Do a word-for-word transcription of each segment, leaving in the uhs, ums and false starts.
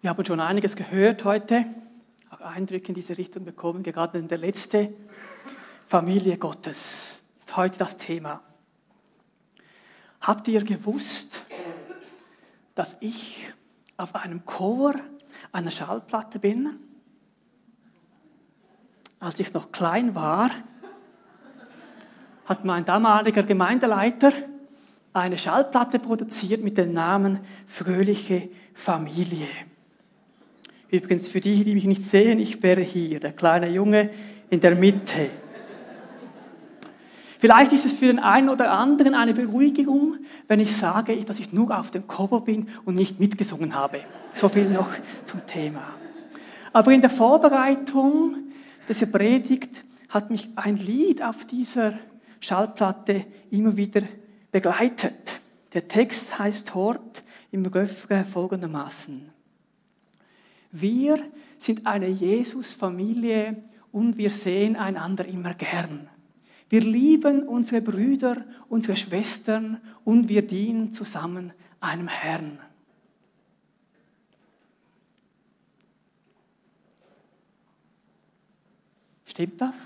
Wir haben schon einiges gehört heute, auch Eindrücke in diese Richtung bekommen, gerade in der letzte Familie Gottes ist heute das Thema. Habt ihr gewusst, dass ich auf einem Cover einer Schallplatte bin? Als ich noch klein war, hat mein damaliger Gemeindeleiter eine Schallplatte produziert mit dem Namen Fröhliche Familie. Übrigens für die, die mich nicht sehen, ich wäre hier, der kleine Junge in der Mitte. Vielleicht ist es für den einen oder anderen eine Beruhigung, wenn ich sage, dass ich nur auf dem Cover bin und nicht mitgesungen habe. So viel noch zum Thema. Aber in der Vorbereitung dieser Predigt hat mich ein Lied auf dieser Schallplatte immer wieder begleitet. Der Text heißt dort im Refrain folgendermaßen: Wir sind eine Jesus-Familie und wir sehen einander immer gern. Wir lieben unsere Brüder, unsere Schwestern und wir dienen zusammen einem Herrn. Stimmt das?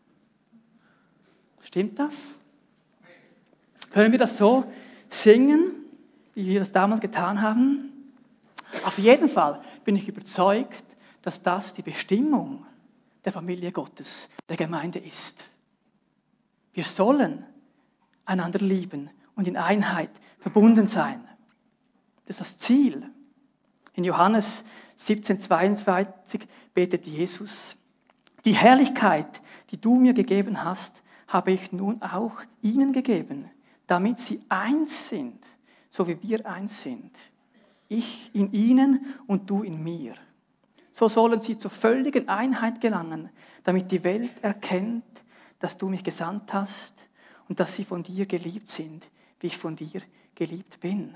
Stimmt das? Können wir das so singen, wie wir das damals getan haben? Auf jeden Fall bin ich überzeugt, dass das die Bestimmung der Familie Gottes, der Gemeinde ist. Wir sollen einander lieben und in Einheit verbunden sein. Das ist das Ziel. In Johannes siebzehn zweiundzwanzig betet Jesus: Die Herrlichkeit, die du mir gegeben hast, habe ich nun auch ihnen gegeben, damit sie eins sind, so wie wir eins sind. Ich in ihnen und du in mir. So sollen sie zur völligen Einheit gelangen, damit die Welt erkennt, dass du mich gesandt hast und dass sie von dir geliebt sind, wie ich von dir geliebt bin.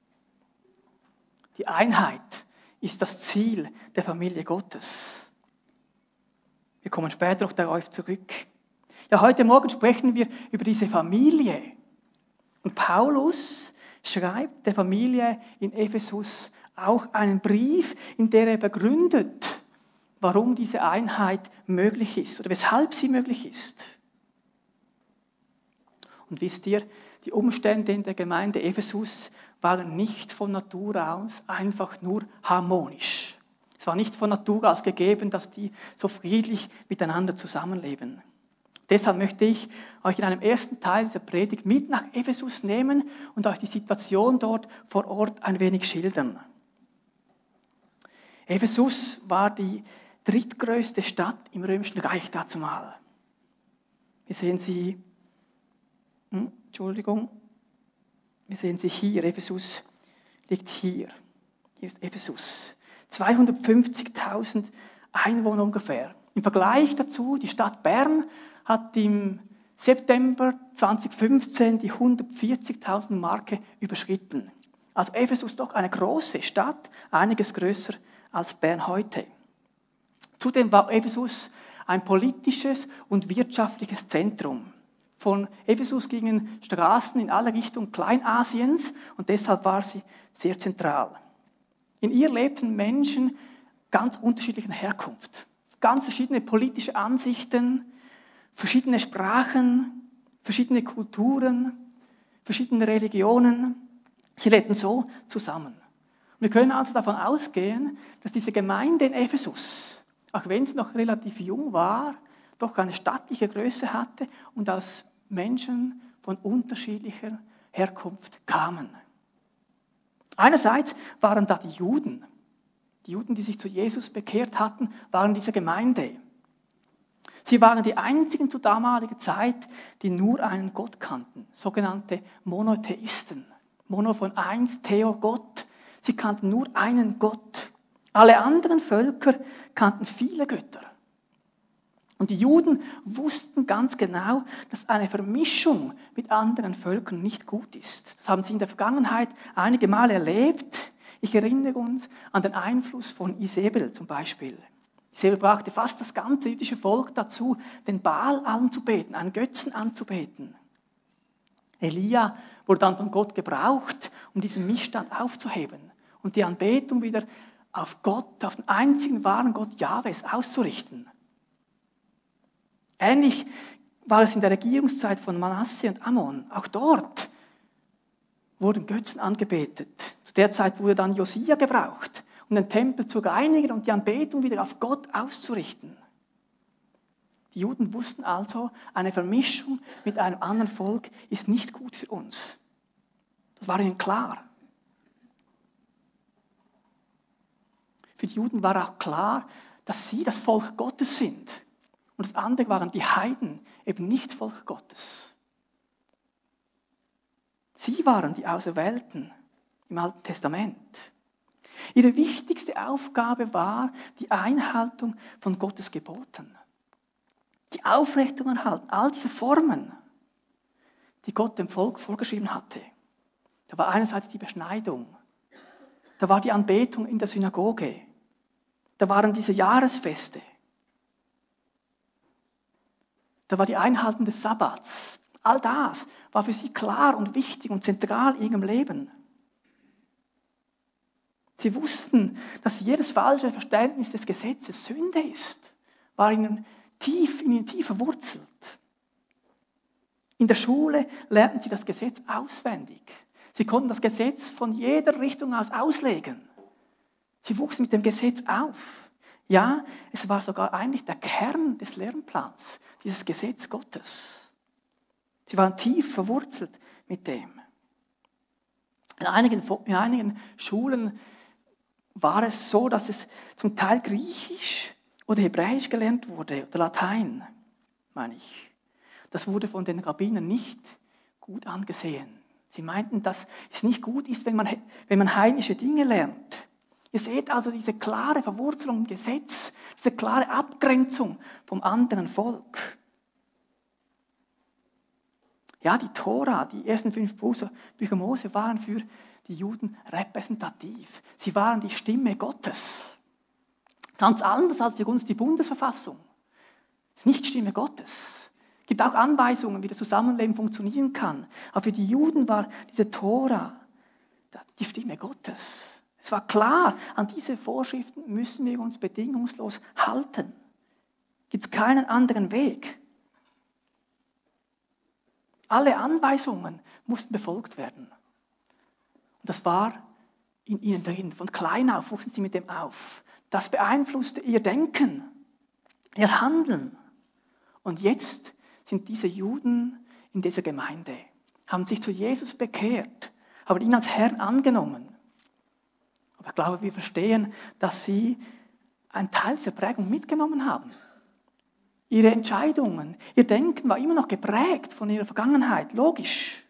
Die Einheit ist das Ziel der Familie Gottes. Wir kommen später noch darauf zurück. Ja, heute Morgen sprechen wir über diese Familie. Und Paulus schreibt der Familie in Ephesus auch einen Brief, in dem er begründet, warum diese Einheit möglich ist oder weshalb sie möglich ist. Und wisst ihr, die Umstände in der Gemeinde Ephesus waren nicht von Natur aus einfach nur harmonisch. Es war nicht von Natur aus gegeben, dass die so friedlich miteinander zusammenleben. Deshalb möchte ich euch in einem ersten Teil dieser Predigt mit nach Ephesus nehmen und euch die Situation dort vor Ort ein wenig schildern. Ephesus war die drittgrößte Stadt im Römischen Reich dazumal. Wir sehen sie, hm, Entschuldigung, wir sehen sie hier, Ephesus liegt hier. Hier ist Ephesus. zweihundertfünfzigtausend Einwohner ungefähr. Im Vergleich dazu, die Stadt Bern hat im September zweitausendfünfzehn die hundertvierzigtausend Marke überschritten. Also Ephesus doch eine große Stadt, einiges größer als Bern heute. Zudem war Ephesus ein politisches und wirtschaftliches Zentrum. Von Ephesus gingen Straßen in alle Richtungen Kleinasiens und deshalb war sie sehr zentral. In ihr lebten Menschen ganz unterschiedlicher Herkunft, ganz verschiedene politische Ansichten, verschiedene Sprachen, verschiedene Kulturen, verschiedene Religionen. Sie lebten so zusammen. Und wir können also davon ausgehen, dass diese Gemeinde in Ephesus, auch wenn sie noch relativ jung war, doch eine stattliche Größe hatte und aus Menschen von unterschiedlicher Herkunft kamen. Einerseits waren da die Juden. Die Juden, die sich zu Jesus bekehrt hatten, waren diese Gemeinde. Sie waren die einzigen zur damaligen Zeit, die nur einen Gott kannten, sogenannte Monotheisten. Mono von eins, Theo, Gott. Sie kannten nur einen Gott. Alle anderen Völker kannten viele Götter. Und die Juden wussten ganz genau, dass eine Vermischung mit anderen Völkern nicht gut ist. Das haben sie in der Vergangenheit einige Mal erlebt. Ich erinnere uns an den Einfluss von Isabel zum Beispiel. Isabel brachte fast das ganze jüdische Volk dazu, den Baal anzubeten, einen Götzen anzubeten. Elia wurde dann von Gott gebraucht, um diesen Missstand aufzuheben und die Anbetung wieder auf Gott, auf den einzigen wahren Gott Jahwes auszurichten. Ähnlich war es in der Regierungszeit von Manasse und Ammon. Auch dort wurden Götzen angebetet. Zu der Zeit wurde dann Josia gebraucht, um den Tempel zu reinigen und die Anbetung wieder auf Gott auszurichten. Die Juden wussten also, eine Vermischung mit einem anderen Volk ist nicht gut für uns. Das war ihnen klar. Für die Juden war auch klar, dass sie das Volk Gottes sind. Und das andere waren die Heiden, eben nicht Volk Gottes. Sie waren die Auserwählten im Alten Testament. Ihre wichtigste Aufgabe war die Einhaltung von Gottes Geboten. Die Aufrichtung erhalten, all diese Formen, die Gott dem Volk vorgeschrieben hatte. Da war einerseits die Beschneidung, da war die Anbetung in der Synagoge, da waren diese Jahresfeste, da war die Einhaltung des Sabbats. All das war für sie klar und wichtig und zentral in ihrem Leben. Sie wussten, dass jedes falsche Verständnis des Gesetzes Sünde ist, war ihnen tief, in ihnen tief verwurzelt. In der Schule lernten sie das Gesetz auswendig. Sie konnten das Gesetz von jeder Richtung aus auslegen. Sie wuchsen mit dem Gesetz auf. Ja, es war sogar eigentlich der Kern des Lernplans, dieses Gesetz Gottes. Sie waren tief verwurzelt mit dem. In einigen, in einigen Schulen war es so, dass es zum Teil Griechisch oder Hebräisch gelernt wurde, oder Latein, meine ich. Das wurde von den Rabbinern nicht gut angesehen. Sie meinten, dass es nicht gut ist, wenn man, wenn man heidnische Dinge lernt. Ihr seht also diese klare Verwurzelung im Gesetz, diese klare Abgrenzung vom anderen Volk. Ja, die Tora, die ersten fünf Bücher Mose waren für die Juden repräsentativ. Sie waren die Stimme Gottes. Ganz anders als für uns die Bundesverfassung. Es ist nicht die Stimme Gottes. Es gibt auch Anweisungen, wie das Zusammenleben funktionieren kann. Aber für die Juden war diese Tora die Stimme Gottes. Es war klar, an diese Vorschriften müssen wir uns bedingungslos halten. Gibt es keinen anderen Weg. Alle Anweisungen mussten befolgt werden. Und das war in ihnen drin. Von klein auf wuchsen sie mit dem auf. Das beeinflusste ihr Denken, ihr Handeln. Und jetzt sind diese Juden in dieser Gemeinde, haben sich zu Jesus bekehrt, haben ihn als Herrn angenommen. Aber ich glaube, wir verstehen, dass sie einen Teil dieser Prägung mitgenommen haben. Ihre Entscheidungen, ihr Denken war immer noch geprägt von ihrer Vergangenheit, logisch.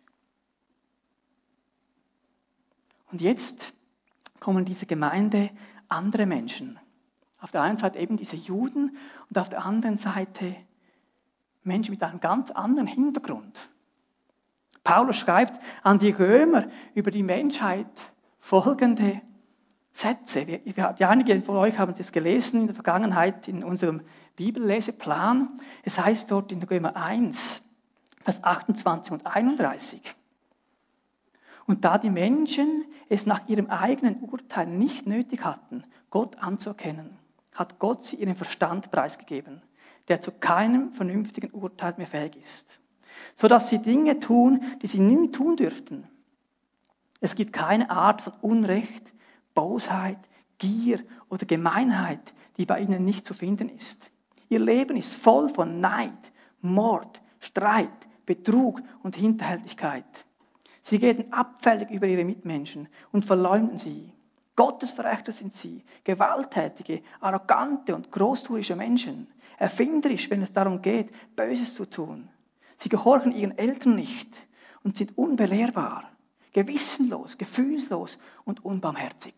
Und jetzt kommen in diese Gemeinde andere Menschen. Auf der einen Seite eben diese Juden und auf der anderen Seite Menschen mit einem ganz anderen Hintergrund. Paulus schreibt an die Römer über die Menschheit folgende Sätze. Wir, wir, einige von euch haben es gelesen in der Vergangenheit in unserem Bibelleseplan. Es heißt dort in Römer eins, Vers achtundzwanzig und einunddreißig. Und da die Menschen es nach ihrem eigenen Urteil nicht nötig hatten, Gott anzuerkennen, hat Gott sie ihren Verstand preisgegeben, der zu keinem vernünftigen Urteil mehr fähig ist, sodass sie Dinge tun, die sie nie tun dürften. Es gibt keine Art von Unrecht, Bosheit, Gier oder Gemeinheit, die bei ihnen nicht zu finden ist. Ihr Leben ist voll von Neid, Mord, Streit, Betrug und Hinterhältigkeit. Sie reden abfällig über ihre Mitmenschen und verleumden sie. Gottesverächter sind sie, gewalttätige, arrogante und großtuerische Menschen, erfinderisch, wenn es darum geht, Böses zu tun. Sie gehorchen ihren Eltern nicht und sind unbelehrbar, gewissenlos, gefühlslos und unbarmherzig.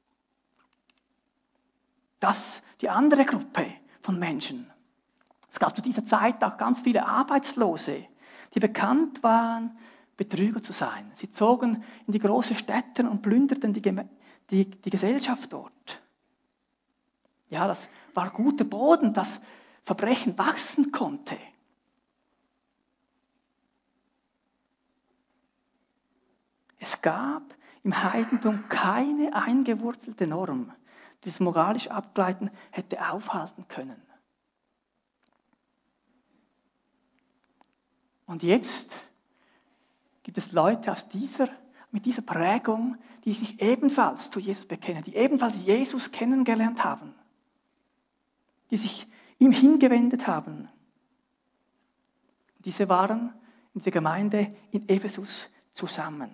Das die andere Gruppe von Menschen. Es gab zu dieser Zeit auch ganz viele Arbeitslose, die bekannt waren, Betrüger zu sein. Sie zogen in die großen Städte und plünderten die, die, die Gesellschaft dort. Ja, das war guter Boden, dass Verbrechen wachsen konnte. Es gab im Heidentum keine eingewurzelte Norm, dieses moralische Abgleiten hätte aufhalten können. Und jetzt gibt es Leute aus dieser, mit dieser Prägung, die sich ebenfalls zu Jesus bekennen, die ebenfalls Jesus kennengelernt haben, die sich ihm hingewendet haben. Diese waren in der Gemeinde in Ephesus zusammen.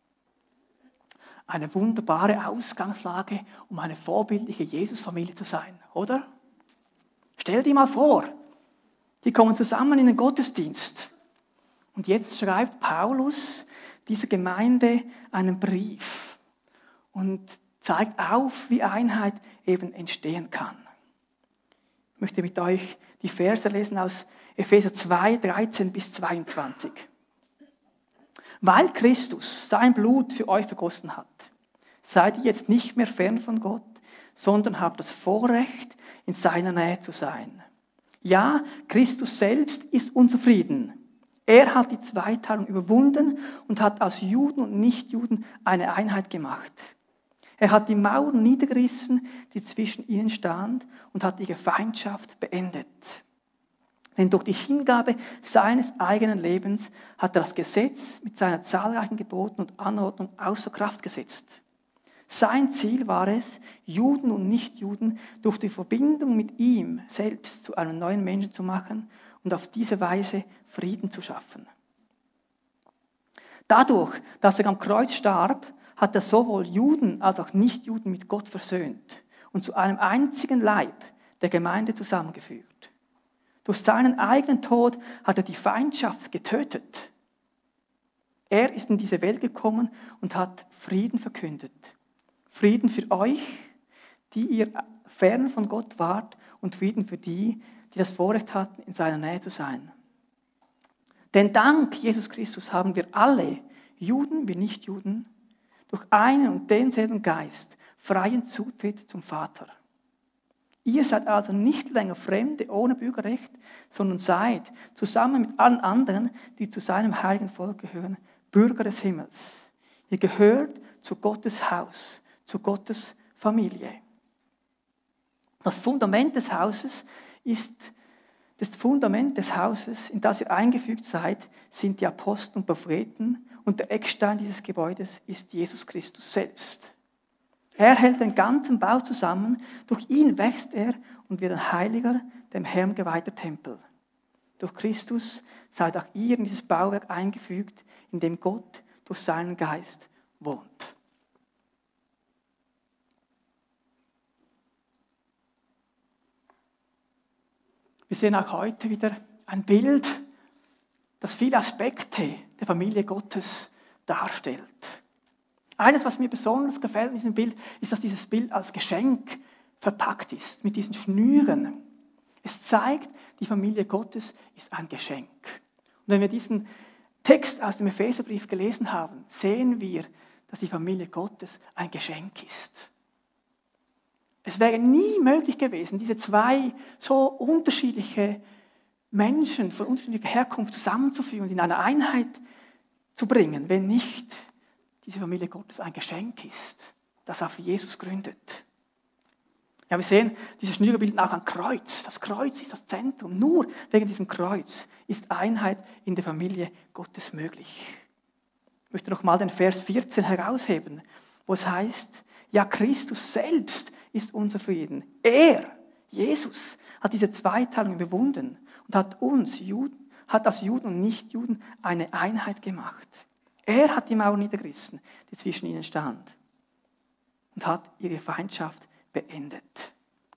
Eine wunderbare Ausgangslage, um eine vorbildliche Jesusfamilie zu sein, oder? Stell dir mal vor, die kommen zusammen in den Gottesdienst. Und jetzt schreibt Paulus dieser Gemeinde einen Brief und zeigt auf, wie Einheit eben entstehen kann. Ich möchte mit euch die Verse lesen aus Epheser zwei, dreizehn bis zweiundzwanzig. Weil Christus sein Blut für euch vergossen hat, seid ihr jetzt nicht mehr fern von Gott, sondern habt das Vorrecht, in seiner Nähe zu sein. Ja, Christus selbst ist unser Frieden. Er hat die Zweiteilung überwunden und hat aus Juden und Nichtjuden eine Einheit gemacht. Er hat die Mauern niedergerissen, die zwischen ihnen stand, und hat die Feindschaft beendet. Denn durch die Hingabe seines eigenen Lebens hat er das Gesetz mit seinen zahlreichen Geboten und Anordnungen außer Kraft gesetzt. Sein Ziel war es, Juden und Nichtjuden durch die Verbindung mit ihm selbst zu einem neuen Menschen zu machen und auf diese Weise Frieden zu schaffen. Dadurch, dass er am Kreuz starb, hat er sowohl Juden als auch Nichtjuden mit Gott versöhnt und zu einem einzigen Leib der Gemeinde zusammengefügt. Durch seinen eigenen Tod hat er die Feindschaft getötet. Er ist in diese Welt gekommen und hat Frieden verkündet. Frieden für euch, die ihr fern von Gott wart, und Frieden für die, die das Vorrecht hatten, in seiner Nähe zu sein. Denn dank Jesus Christus haben wir alle, Juden wie Nichtjuden, durch einen und denselben Geist freien Zutritt zum Vater. Ihr seid also nicht länger Fremde ohne Bürgerrecht, sondern seid, zusammen mit allen anderen, die zu seinem heiligen Volk gehören, Bürger des Himmels. Ihr gehört zu Gottes Haus, zu Gottes Familie. Das Fundament des Hauses ist, das Fundament des Hauses, in das ihr eingefügt seid, sind die Apostel und Propheten, und der Eckstein dieses Gebäudes ist Jesus Christus selbst. Er hält den ganzen Bau zusammen, durch ihn wächst er und wird ein heiliger, dem Herrn geweihter Tempel. Durch Christus seid auch ihr in dieses Bauwerk eingefügt, in dem Gott durch seinen Geist wohnt. Wir sehen auch heute wieder ein Bild, das viele Aspekte der Familie Gottes darstellt. Eines, was mir besonders gefällt in diesem Bild, ist, dass dieses Bild als Geschenk verpackt ist, mit diesen Schnüren. Es zeigt, die Familie Gottes ist ein Geschenk. Und wenn wir diesen Text aus dem Epheserbrief gelesen haben, sehen wir, dass die Familie Gottes ein Geschenk ist. Es wäre nie möglich gewesen, diese zwei so unterschiedliche Menschen von unterschiedlicher Herkunft zusammenzuführen und in eine Einheit zu bringen, wenn nicht diese Familie Gottes ein Geschenk ist, das auf Jesus gründet. Ja, wir sehen, diese Schnüre bilden auch ein Kreuz. Das Kreuz ist das Zentrum. Nur wegen diesem Kreuz ist Einheit in der Familie Gottes möglich. Ich möchte noch mal den Vers vierzehn herausheben, wo es heißt, ja, Christus selbst ist unser Frieden. Er, Jesus, hat diese Zweiteilung überwunden und hat uns, Juden, hat aus Juden und Nichtjuden eine Einheit gemacht. Er hat die Mauer niedergerissen, die zwischen ihnen stand, und hat ihre Feindschaft beendet.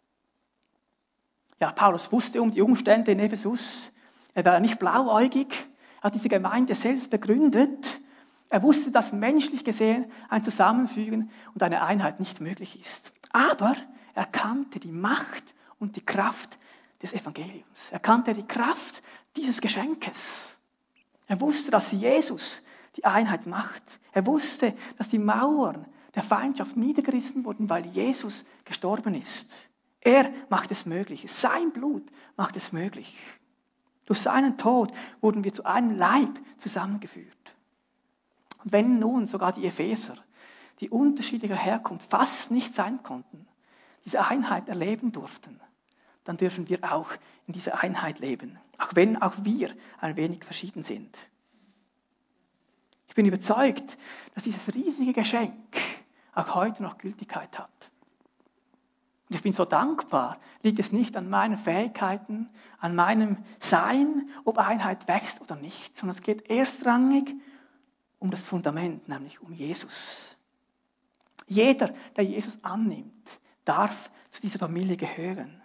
Ja, Paulus wusste um die Umstände in Ephesus. Er war nicht blauäugig, er hat diese Gemeinde selbst begründet. Er wusste, dass menschlich gesehen ein Zusammenfügen und eine Einheit nicht möglich ist. Aber er kannte die Macht und die Kraft des Evangeliums. Er kannte die Kraft dieses Geschenkes. Er wusste, dass Jesus die Einheit macht. Er wusste, dass die Mauern der Feindschaft niedergerissen wurden, weil Jesus gestorben ist. Er macht es möglich. Sein Blut macht es möglich. Durch seinen Tod wurden wir zu einem Leib zusammengeführt. Und wenn nun sogar die Epheser, die unterschiedlicher Herkunft fast nicht sein konnten, diese Einheit erleben durften, dann dürfen wir auch in dieser Einheit leben, auch wenn auch wir ein wenig verschieden sind. Ich bin überzeugt, dass dieses riesige Geschenk auch heute noch Gültigkeit hat. Und ich bin so dankbar, liegt es nicht an meinen Fähigkeiten, an meinem Sein, ob Einheit wächst oder nicht, sondern es geht erstrangig um das Fundament, nämlich um Jesus. Jeder, der Jesus annimmt, darf zu dieser Familie gehören.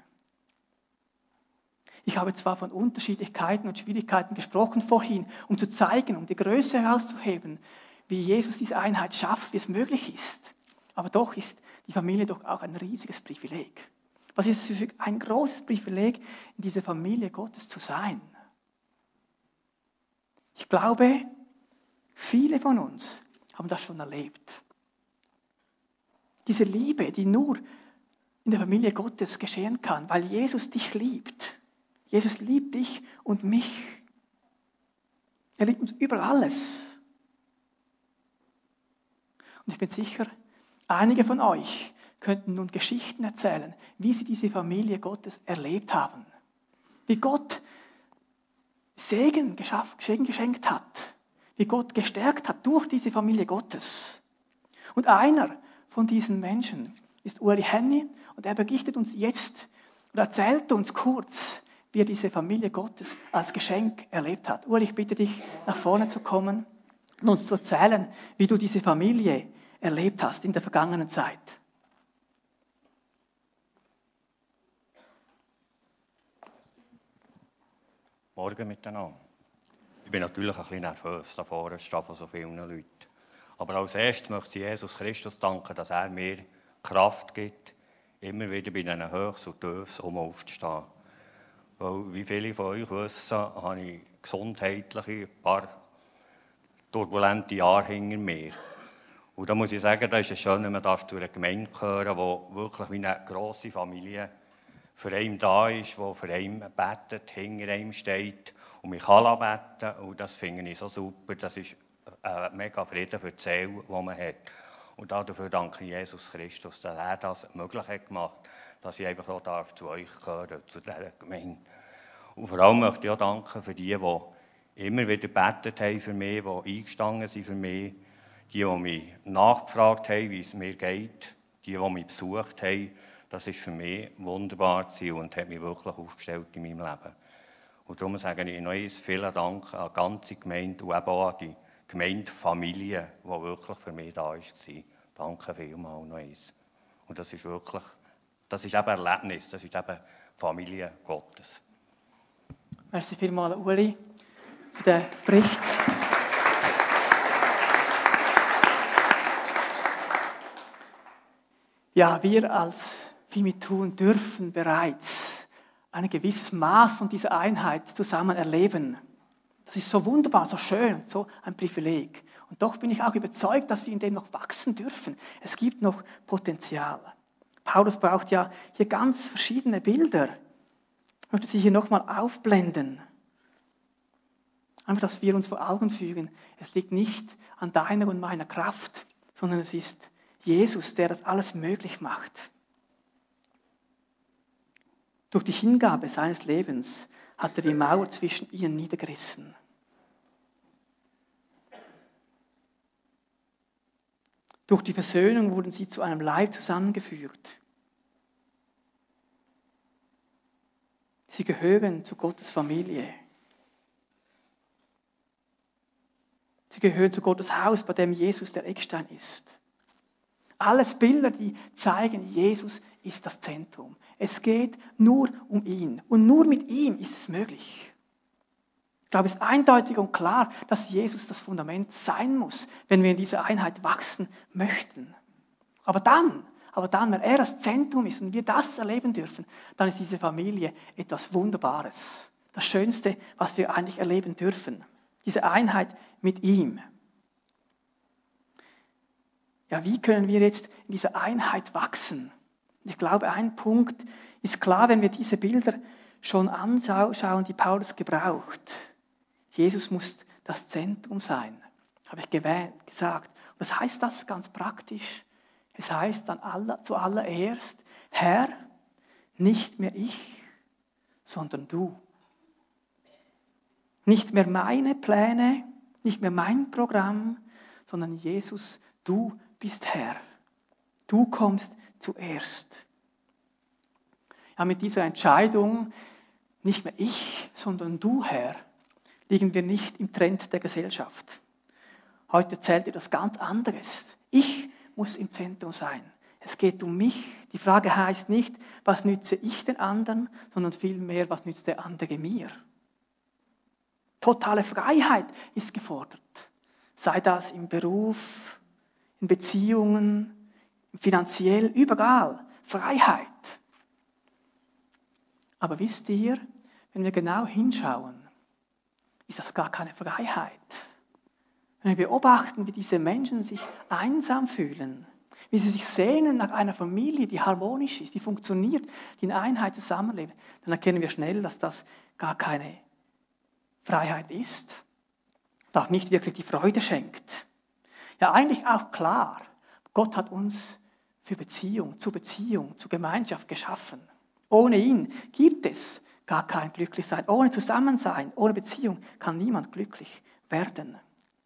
Ich habe zwar von Unterschiedlichkeiten und Schwierigkeiten gesprochen vorhin, um zu zeigen, um die Größe herauszuheben, wie Jesus diese Einheit schafft, wie es möglich ist. Aber doch ist die Familie doch auch ein riesiges Privileg. Was ist es für ein großes Privileg, in dieser Familie Gottes zu sein? Ich glaube, viele von uns haben das schon erlebt. Diese Liebe, die nur in der Familie Gottes geschehen kann, weil Jesus dich liebt. Jesus liebt dich und mich. Er liebt uns über alles. Und ich bin sicher, einige von euch könnten nun Geschichten erzählen, wie sie diese Familie Gottes erlebt haben. Wie Gott Segen geschenkt hat. Wie Gott gestärkt hat durch diese Familie Gottes. Und einer von diesen Menschen ist Uli Henny und er berichtet uns jetzt und erzählt uns kurz, wie er diese Familie Gottes als Geschenk erlebt hat. Uli, ich bitte dich, nach vorne zu kommen und uns zu erzählen, wie du diese Familie erlebt hast in der vergangenen Zeit. Morgen miteinander. Ich bin natürlich ein bisschen nervös, da vorne zu stehen von so vielen Leuten. Aber als erstes möchte ich Jesus Christus danken, dass er mir Kraft gibt, immer wieder bei diesen Höchst und Tiefs um aufzustehen. Weil, wie viele von euch wissen, habe ich gesundheitliche, ein paar turbulente Jahre hinter mir. Und da muss ich sagen, da ist es schön, wenn man das durch eine Gemeinde gehören, die wirklich wie eine grosse Familie für einen da ist, die für einen betet, hinter einem steht und mich kann beten. Und das finde ich so super. Das ist ein mega Frieden für die Seele, den man hat. Und dafür danke ich Jesus Christus, dass er das möglich hat gemacht, dass ich einfach auch darf zu euch gehören, zu dieser Gemeinde. Und vor allem möchte ich auch danken für die, die immer wieder gebetet haben für mich, die eingestanden sind für mich, die, die mich nachgefragt haben, wie es mir geht, die, die mich besucht haben. Das ist für mich wunderbar und hat mich wirklich aufgestellt in meinem Leben. Und darum sage ich noch einmal vielen Dank an die ganze Gemeinde und eben auch an die Gemeindefamilie, die wirklich für mich da war. Danke vielmals noch einmal. Und das ist wirklich, das ist eben Erlebnis, das ist eben Familie Gottes. Merci vielmals, Uli, für den Bericht. Ja, wir als Fimitun dürfen bereits ein gewisses Maß von dieser Einheit zusammen erleben. Das ist so wunderbar, so schön, so ein Privileg. Und doch bin ich auch überzeugt, dass wir in dem noch wachsen dürfen. Es gibt noch Potenzial. Paulus braucht ja hier ganz verschiedene Bilder. Ich möchte sie hier nochmal aufblenden. Einfach, dass wir uns vor Augen fügen, es liegt nicht an deiner und meiner Kraft, sondern es ist Jesus, der das alles möglich macht. Durch die Hingabe seines Lebens hat er die Mauer zwischen ihnen niedergerissen. Durch die Versöhnung wurden sie zu einem Leib zusammengefügt. Sie gehören zu Gottes Familie. Sie gehören zu Gottes Haus, bei dem Jesus der Eckstein ist. Alles Bilder, die zeigen, Jesus ist das Zentrum. Es geht nur um ihn. Und nur mit ihm ist es möglich. Ich glaube, es ist eindeutig und klar, dass Jesus das Fundament sein muss, wenn wir in dieser Einheit wachsen möchten. Aber dann, aber dann, wenn er das Zentrum ist und wir das erleben dürfen, dann ist diese Familie etwas Wunderbares. Das Schönste, was wir eigentlich erleben dürfen. Diese Einheit mit ihm. Ja, wie können wir jetzt in dieser Einheit wachsen? Ich glaube, ein Punkt ist klar, wenn wir diese Bilder schon anschauen, die Paulus gebraucht. Jesus muss das Zentrum sein, habe ich gewähnt, gesagt. Was heißt das ganz praktisch? Es heißt dann aller, zuallererst, Herr, nicht mehr ich, sondern du. Nicht mehr meine Pläne, nicht mehr mein Programm, sondern Jesus, du bist Herr. Du kommst zuerst. Ja, mit dieser Entscheidung, nicht mehr ich, sondern du, Herr, liegen wir nicht im Trend der Gesellschaft. Heute zählt etwas ganz anderes. Ich muss im Zentrum sein. Es geht um mich. Die Frage heißt nicht, was nütze ich den anderen, sondern vielmehr, was nützt der andere mir. Totale Freiheit ist gefordert. Sei das im Beruf, in Beziehungen, finanziell, überall. Freiheit. Aber wisst ihr, wenn wir genau hinschauen, ist das gar keine Freiheit. Wenn wir beobachten, wie diese Menschen sich einsam fühlen, wie sie sich sehnen nach einer Familie, die harmonisch ist, die funktioniert, die in Einheit zusammenlebt, dann erkennen wir schnell, dass das gar keine Freiheit ist, auch nicht wirklich die Freude schenkt. Ja, eigentlich auch klar, Gott hat uns für Beziehung, zu Beziehung, zu Gemeinschaft geschaffen. Ohne ihn gibt es gar kein Glücklichsein. Ohne Zusammensein, ohne Beziehung kann niemand glücklich werden.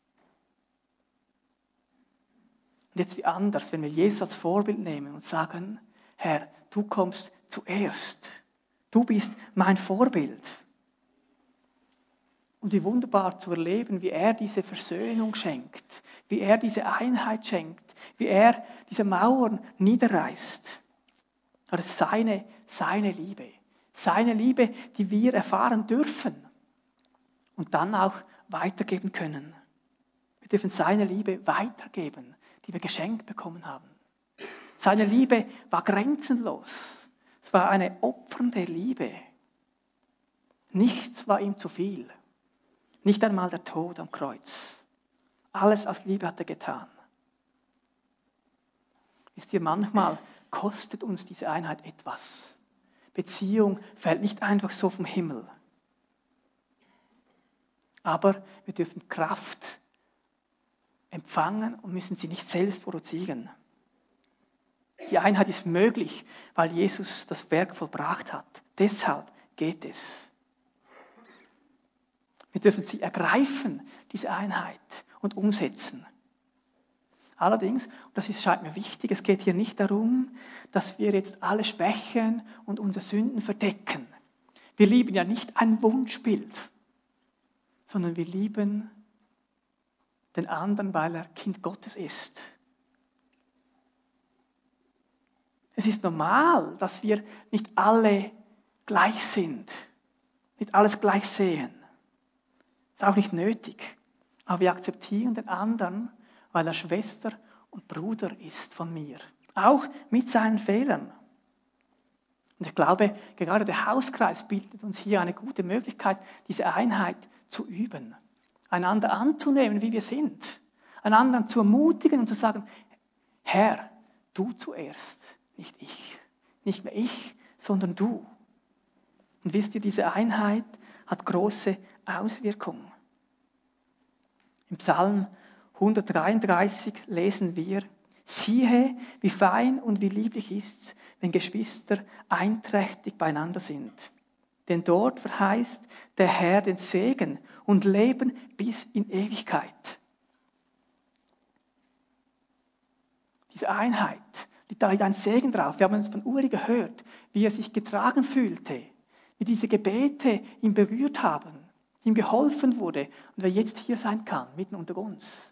Und jetzt wie anders, wenn wir Jesus als Vorbild nehmen und sagen, Herr, du kommst zuerst. Du bist mein Vorbild. Und wie wunderbar zu erleben, wie er diese Versöhnung schenkt, wie er diese Einheit schenkt, wie er diese Mauern niederreißt. Das ist seine, seine Liebe. Seine Liebe, die wir erfahren dürfen und dann auch weitergeben können. Wir dürfen seine Liebe weitergeben, die wir geschenkt bekommen haben. Seine Liebe war grenzenlos. Es war eine opfernde Liebe. Nichts war ihm zu viel. Nicht einmal der Tod am Kreuz. Alles aus Liebe hat er getan. Wisst ihr, manchmal kostet uns diese Einheit etwas. Beziehung fällt nicht einfach so vom Himmel. Aber wir dürfen Kraft empfangen und müssen sie nicht selbst produzieren. Die Einheit ist möglich, weil Jesus das Werk vollbracht hat. Deshalb geht es. Wir dürfen sie ergreifen, diese Einheit, und umsetzen. Allerdings, und das ist, scheint mir wichtig, es geht hier nicht darum, dass wir jetzt alle Schwächen und unsere Sünden verdecken. Wir lieben ja nicht ein Wunschbild, sondern wir lieben den anderen, weil er Kind Gottes ist. Es ist normal, dass wir nicht alle gleich sind, nicht alles gleich sehen. Ist auch nicht nötig. Aber wir akzeptieren den anderen, weil er Schwester und Bruder ist von mir. Auch mit seinen Fehlern. Und ich glaube, gerade der Hauskreis bietet uns hier eine gute Möglichkeit, diese Einheit zu üben. Einander anzunehmen, wie wir sind. Einander zu ermutigen und zu sagen, Herr, du zuerst, nicht ich. Nicht mehr ich, sondern du. Und wisst ihr, diese Einheit hat große Auswirkungen. Im Psalm hundertdreiunddreißig lesen wir, siehe, wie fein und wie lieblich ist's, wenn Geschwister einträchtig beieinander sind. Denn dort verheißt der Herr den Segen und Leben bis in Ewigkeit. Diese Einheit, da liegt ein Segen drauf. Wir haben es von Uli gehört, wie er sich getragen fühlte, wie diese Gebete ihn berührt haben, ihm geholfen wurde und wer jetzt hier sein kann, mitten unter uns.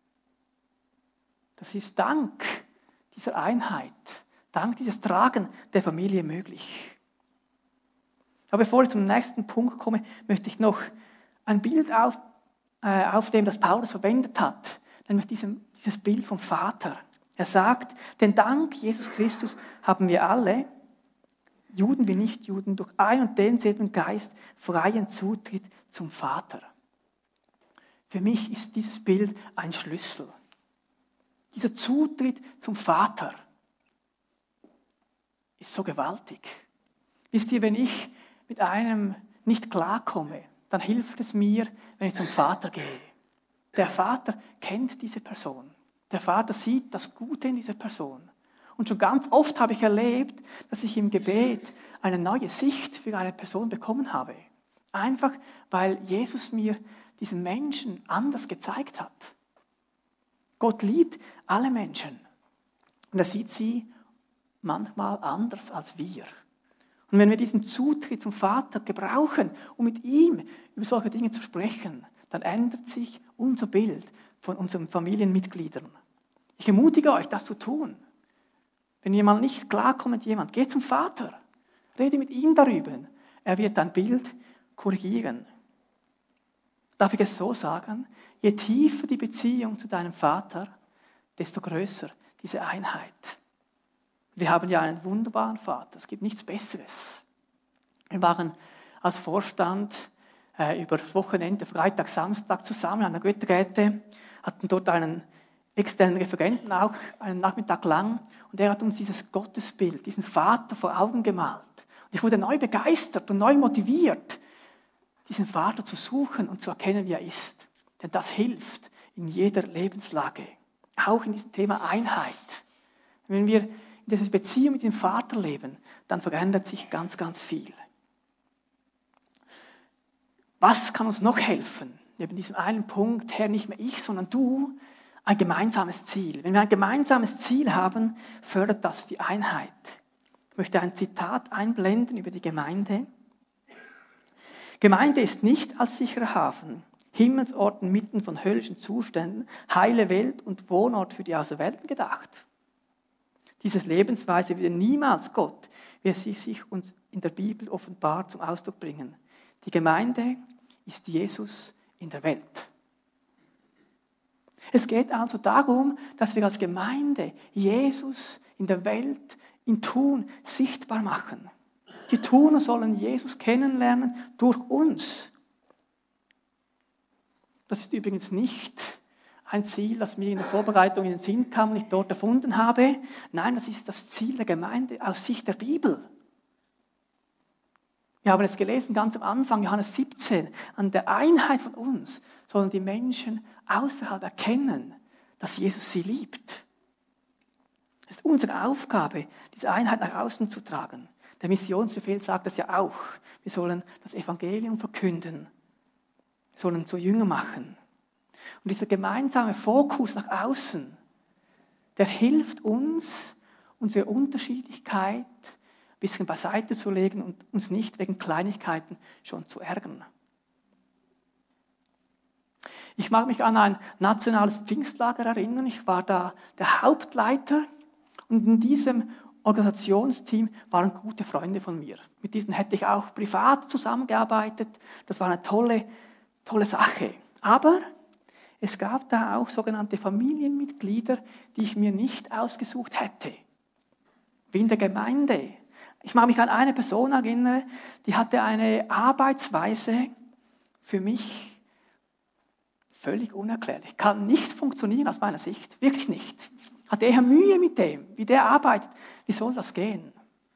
Das ist dank dieser Einheit, dank dieses Tragen der Familie möglich. Aber bevor ich zum nächsten Punkt komme, möchte ich noch ein Bild auf, äh, aufnehmen, das Paulus verwendet hat, nämlich diesem, dieses Bild vom Vater. Er sagt, denn dank Jesus Christus haben wir alle, Juden wie Nichtjuden, durch ein und denselben Geist freien Zutritt zum Vater. Für mich ist dieses Bild ein Schlüssel. Dieser Zutritt zum Vater ist so gewaltig. Wisst ihr, wenn ich mit einem nicht klarkomme, dann hilft es mir, wenn ich zum Vater gehe. Der Vater kennt diese Person. Der Vater sieht das Gute in dieser Person. Und schon ganz oft habe ich erlebt, dass ich im Gebet eine neue Sicht für eine Person bekommen habe. Einfach, weil Jesus mir diesen Menschen anders gezeigt hat. Gott liebt alle Menschen. Und er sieht sie manchmal anders als wir. Und wenn wir diesen Zutritt zum Vater gebrauchen, um mit ihm über solche Dinge zu sprechen, dann ändert sich unser Bild von unseren Familienmitgliedern. Ich ermutige euch, das zu tun. Wenn ihr mal nicht klarkommt mit jemand, geht zum Vater, rede mit ihm darüber. Er wird dein Bild korrigieren. Darf ich es so sagen? Je tiefer die Beziehung zu deinem Vater, desto größer diese Einheit. Wir haben ja einen wunderbaren Vater, es gibt nichts Besseres. Wir waren als Vorstand äh, über das Wochenende, Freitag, Samstag zusammen an der Goethe-Räte, hatten dort einen externen Referenten auch einen Nachmittag lang und er hat uns dieses Gottesbild, diesen Vater vor Augen gemalt. Und ich wurde neu begeistert und neu motiviert, diesen Vater zu suchen und zu erkennen, wie er ist. Denn das hilft in jeder Lebenslage, auch in diesem Thema Einheit. Wenn wir in dieser Beziehung mit dem Vater leben, dann verändert sich ganz, ganz viel. Was kann uns noch helfen? Neben diesem einen Punkt, Herr, nicht mehr ich, sondern du, ein gemeinsames Ziel. Wenn wir ein gemeinsames Ziel haben, fördert das die Einheit. Ich möchte ein Zitat einblenden über die Gemeinde. Gemeinde ist nicht als sicherer Hafen, Himmelsort mitten von höllischen Zuständen, heile Welt und Wohnort für die Auserwählten gedacht. Diese Lebensweise wird niemals Gott, wie er sich, sich uns in der Bibel offenbart, zum Ausdruck bringen. Die Gemeinde ist Jesus in der Welt. Es geht also darum, dass wir als Gemeinde Jesus in der Welt, in Thun, sichtbar machen. Die Thuner sollen Jesus kennenlernen durch uns. Das ist übrigens nicht ein Ziel, das mir in der Vorbereitung in den Sinn kam und ich dort erfunden habe. Nein, das ist das Ziel der Gemeinde aus Sicht der Bibel. Wir haben es gelesen, ganz am Anfang, Johannes siebzehn, an der Einheit von uns sollen die Menschen außerhalb erkennen, dass Jesus sie liebt. Es ist unsere Aufgabe, diese Einheit nach außen zu tragen. Der Missionsbefehl sagt das ja auch. Wir sollen das Evangelium verkünden, wir sollen zu Jünger machen. Und dieser gemeinsame Fokus nach außen, der hilft uns, unsere Unterschiedlichkeit ein bisschen beiseite zu legen und uns nicht wegen Kleinigkeiten schon zu ärgern. Ich mag mich an ein nationales Pfingstlager erinnern. Ich war da der Hauptleiter und in diesem Organisationsteam waren gute Freunde von mir. Mit diesen hätte ich auch privat zusammengearbeitet. Das war eine tolle, tolle Sache. Aber es gab da auch sogenannte Familienmitglieder, die ich mir nicht ausgesucht hätte. Wie in der Gemeinde. Ich mag mich an eine Person erinnern, die hatte eine Arbeitsweise für mich völlig unerklärlich. Kann nicht funktionieren aus meiner Sicht. Wirklich nicht. Hatte eher Mühe mit dem, wie der arbeitet. Wie soll das gehen?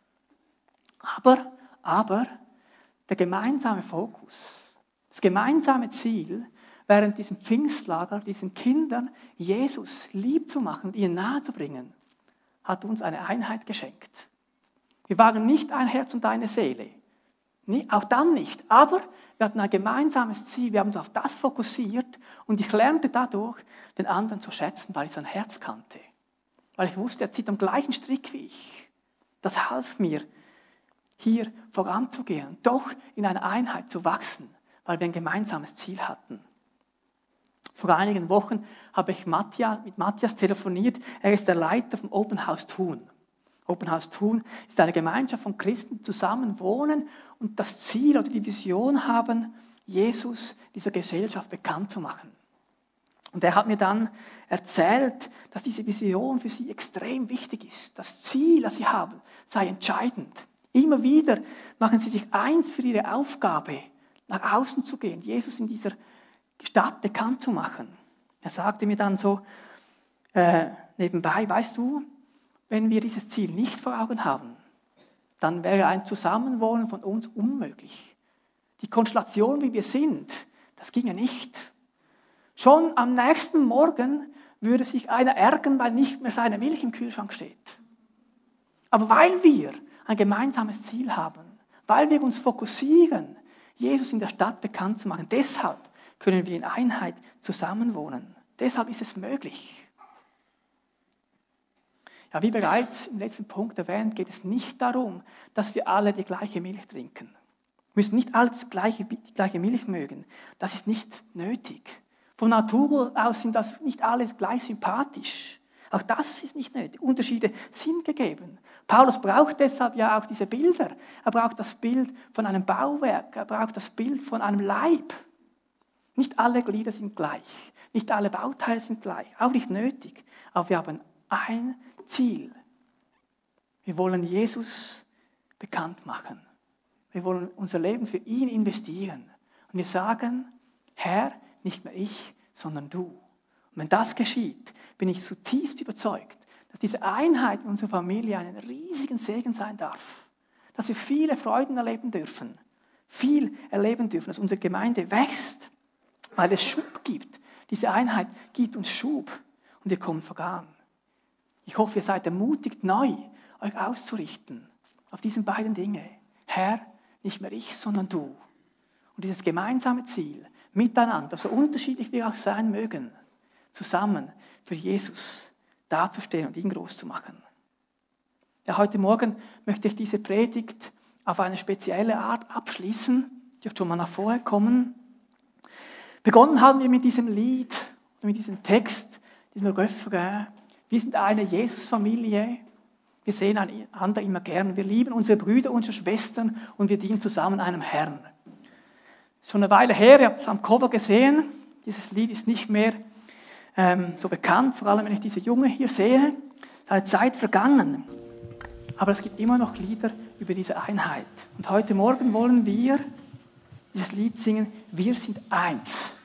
Aber, aber, der gemeinsame Fokus, das gemeinsame Ziel, während diesem Pfingstlager, diesen Kindern Jesus lieb zu machen, ihnen nahe zu bringen, hat uns eine Einheit geschenkt. Wir waren nicht ein Herz und eine Seele. Nee, auch dann nicht. Aber wir hatten ein gemeinsames Ziel, wir haben uns auf das fokussiert und ich lernte dadurch, den anderen zu schätzen, weil ich sein Herz kannte. Weil ich wusste, er zieht am gleichen Strick wie ich. Das half mir, hier voranzugehen, doch in einer Einheit zu wachsen, weil wir ein gemeinsames Ziel hatten. Vor einigen Wochen habe ich Matthias, mit Matthias telefoniert. Er ist der Leiter vom Open House Thun. Open House Thun ist eine Gemeinschaft von Christen, die zusammen wohnen und das Ziel oder die Vision haben, Jesus dieser Gesellschaft bekannt zu machen. Und er hat mir dann erzählt, dass diese Vision für sie extrem wichtig ist. Das Ziel, das sie haben, sei entscheidend. Immer wieder machen sie sich eins für ihre Aufgabe, nach außen zu gehen, Jesus in dieser Stadt bekannt zu machen. Er sagte mir dann so äh, nebenbei, weißt du, wenn wir dieses Ziel nicht vor Augen haben, dann wäre ein Zusammenwohnen von uns unmöglich. Die Konstellation, wie wir sind, das ginge nicht. Schon am nächsten Morgen würde sich einer ärgern, weil nicht mehr seine Milch im Kühlschrank steht. Aber weil wir ein gemeinsames Ziel haben, weil wir uns fokussieren, Jesus in der Stadt bekannt zu machen, deshalb können wir in Einheit zusammenwohnen. Deshalb ist es möglich. Ja, wie bereits im letzten Punkt erwähnt, geht es nicht darum, dass wir alle die gleiche Milch trinken. Wir müssen nicht alle die gleiche, die gleiche Milch mögen. Das ist nicht nötig. Von Natur aus sind das nicht alle gleich sympathisch. Auch das ist nicht nötig. Unterschiede sind gegeben. Paulus braucht deshalb ja auch diese Bilder. Er braucht das Bild von einem Bauwerk. Er braucht das Bild von einem Leib. Nicht alle Glieder sind gleich. Nicht alle Bauteile sind gleich. Auch nicht nötig. Aber wir haben ein Ziel. Wir wollen Jesus bekannt machen. Wir wollen unser Leben für ihn investieren. Und wir sagen, Herr, nicht mehr ich, sondern du. Und wenn das geschieht, bin ich zutiefst überzeugt, dass diese Einheit in unserer Familie einen riesigen Segen sein darf. Dass wir viele Freuden erleben dürfen. Viel erleben dürfen, dass unsere Gemeinde wächst, weil es Schub gibt. Diese Einheit gibt uns Schub und wir kommen voran. Ich hoffe, ihr seid ermutigt, neu euch auszurichten auf diese beiden Dinge. Herr, nicht mehr ich, sondern du. Und dieses gemeinsame Ziel, miteinander, so unterschiedlich wir auch sein mögen, zusammen für Jesus dazustehen und ihn groß zu machen. Ja, heute Morgen möchte ich diese Predigt auf eine spezielle Art abschließen. Ihr dürft schon mal nach vorne kommen. Begonnen haben wir mit diesem Lied, mit diesem Text, diesem Refrain. Wir sind eine Jesus-Familie. Wir sehen einander immer gern. Wir lieben unsere Brüder, unsere Schwestern und wir dienen zusammen einem Herrn. Schon eine Weile her, ihr habt es am Cover gesehen. Dieses Lied ist nicht mehr ähm, so bekannt, vor allem wenn ich diese Junge hier sehe. Es ist eine Zeit vergangen. Aber es gibt immer noch Lieder über diese Einheit. Und heute Morgen wollen wir dieses Lied singen, wir sind eins.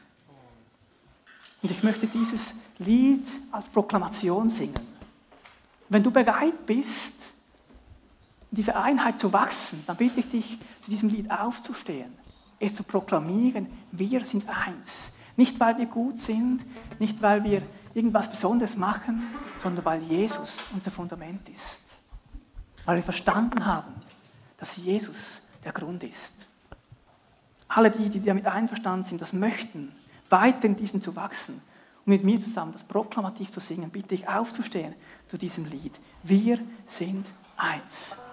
Und ich möchte dieses Lied als Proklamation singen. Wenn du bereit bist, in dieser Einheit zu wachsen, dann bitte ich dich, zu diesem Lied aufzustehen, es zu proklamieren, wir sind eins. Nicht, weil wir gut sind, nicht, weil wir irgendwas Besonderes machen, sondern weil Jesus unser Fundament ist. Weil wir verstanden haben, dass Jesus der Grund ist. Alle die, die damit einverstanden sind, das möchten, weiter in diesen zu wachsen und mit mir zusammen das proklamativ zu singen, bitte ich aufzustehen zu diesem Lied. Wir sind eins.